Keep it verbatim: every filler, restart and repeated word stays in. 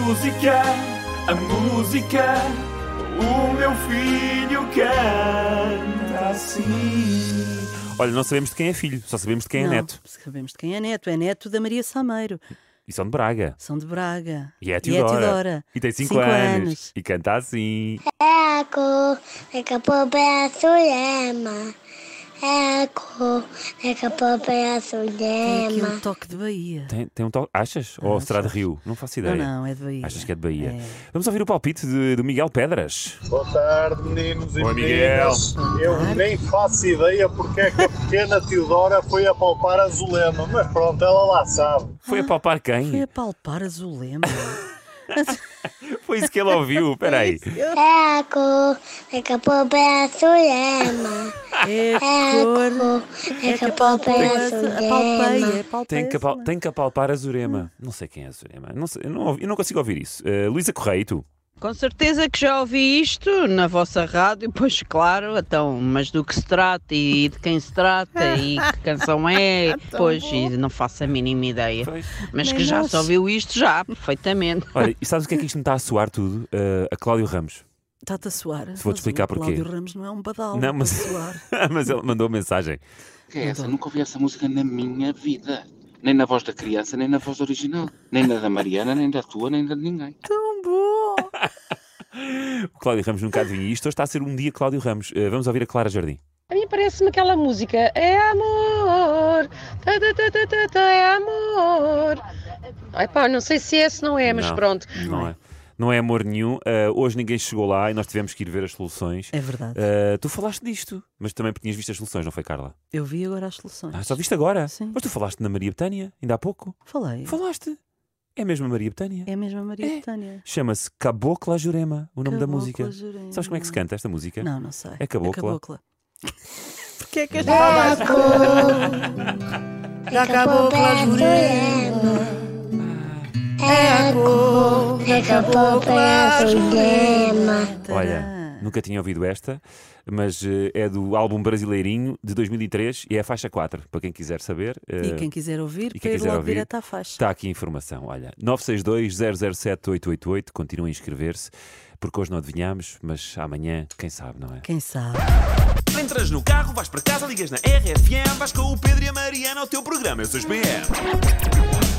música, a música, o meu filho canta assim. Olha, não sabemos de quem é filho, só sabemos de quem Não, é neto. sabemos de quem é neto. É neto da Maria Sameiro. E são de Braga. São de Braga. E é a E é a Teodora. Teodora. E tem cinco Cinco anos. anos. E canta assim. Eco, daqui a pouco é a Sulema. Eco, daqui a pouco é a Tem aqui um Sulema. toque de Bahia. Tem, tem um toque. Achas? Ou Ah, será de achas? Rio? Não faço Não, ideia. não, é de Bahia. Achas que é de Bahia? É. Vamos ouvir o palpite de- do Miguel Pedras. Boa tarde, meninos e Oi, meninas. Eu nem faço ideia porque é que a pequena Teodora foi a palpar a Zulema, mas pronto, ela lá sabe. Foi a palpar quem? Foi a palpar a Zulema. Foi isso que ele ouviu. Espera aí. Eco, daqui a pouco é a Sulema. É a cor. Eco, É daqui que a pouco é a apalpei, Sulema. apalpei Tem que, a apal- Zulema. tem que apalpar a Zurema. Não sei quem é a Zurema. Não sei, eu, não, ouvi- eu não consigo ouvir isso. Uh, Luísa Correia, e tu? Com certeza que já ouvi isto na vossa rádio, pois claro, então, mas do que se trata e de quem se trata e que canção é, pois, e não faço a mínima ideia. Pois. Mas Nem que já nós. se ouviu isto já, perfeitamente. Olha, e sabes o que é que isto me está a soar tudo? Uh, a Cláudio Ramos. Está-te a suar. Vou-te Mas explicar o porquê. Cláudio Ramos não é um badal. Não, mas- para suar. Mas ele mandou mensagem. Que é essa? Nunca ouvi essa música na minha vida. Nem na voz da criança, nem na voz original. Nem na da Mariana, nem da tua, nem da de ninguém. Tão bom. O Cláudio Ramos nunca adivinha isto. Hoje está a ser um dia Cláudio Ramos. Uh, vamos ouvir a Clara Jardim. A mim parece-me aquela música é amor, tá, tá, tá, tá, tá, tá, é amor. Ai pá, não sei se é, se não é, mas Não, pronto. Não é. Não é amor nenhum. Uh, hoje ninguém chegou lá e nós tivemos que ir ver as soluções. É verdade. Uh, tu falaste disto, mas também tinhas visto as soluções, não foi, Carla? Eu vi agora as soluções. Ah, só viste agora? Sim. Mas tu falaste na Maria Betânia, ainda há pouco. Falei. Falaste. É mesmo a Maria Betânia. É mesmo a Maria É. Betânia. Chama-se Cabocla Jurema, o nome da Cabocla música. Jurema. Sabes como é que se canta esta música? Não, não sei. É cabocla. cabocla. Porquê é que esta Eco, daqui a pouco é a Sulema. Eco, daqui a pouco é a Sulema. Olha, nunca tinha ouvido esta, mas eh, é do álbum Brasileirinho de dois mil e três e é a faixa quatro, para quem quiser saber. E eh, quem quiser ouvir, e quem para ir quiser logo ouvir, direto à faixa. Está aqui a informação, olha, nove seis dois, zero zero sete, oito oito oito, continuem a inscrever-se, porque hoje não adivinhamos, mas amanhã, quem sabe, não é? Quem sabe? Entras no carro, vais para casa, ligas na R F M, vais com o Pedro e a Mariana ao teu programa. Eu sou os B M.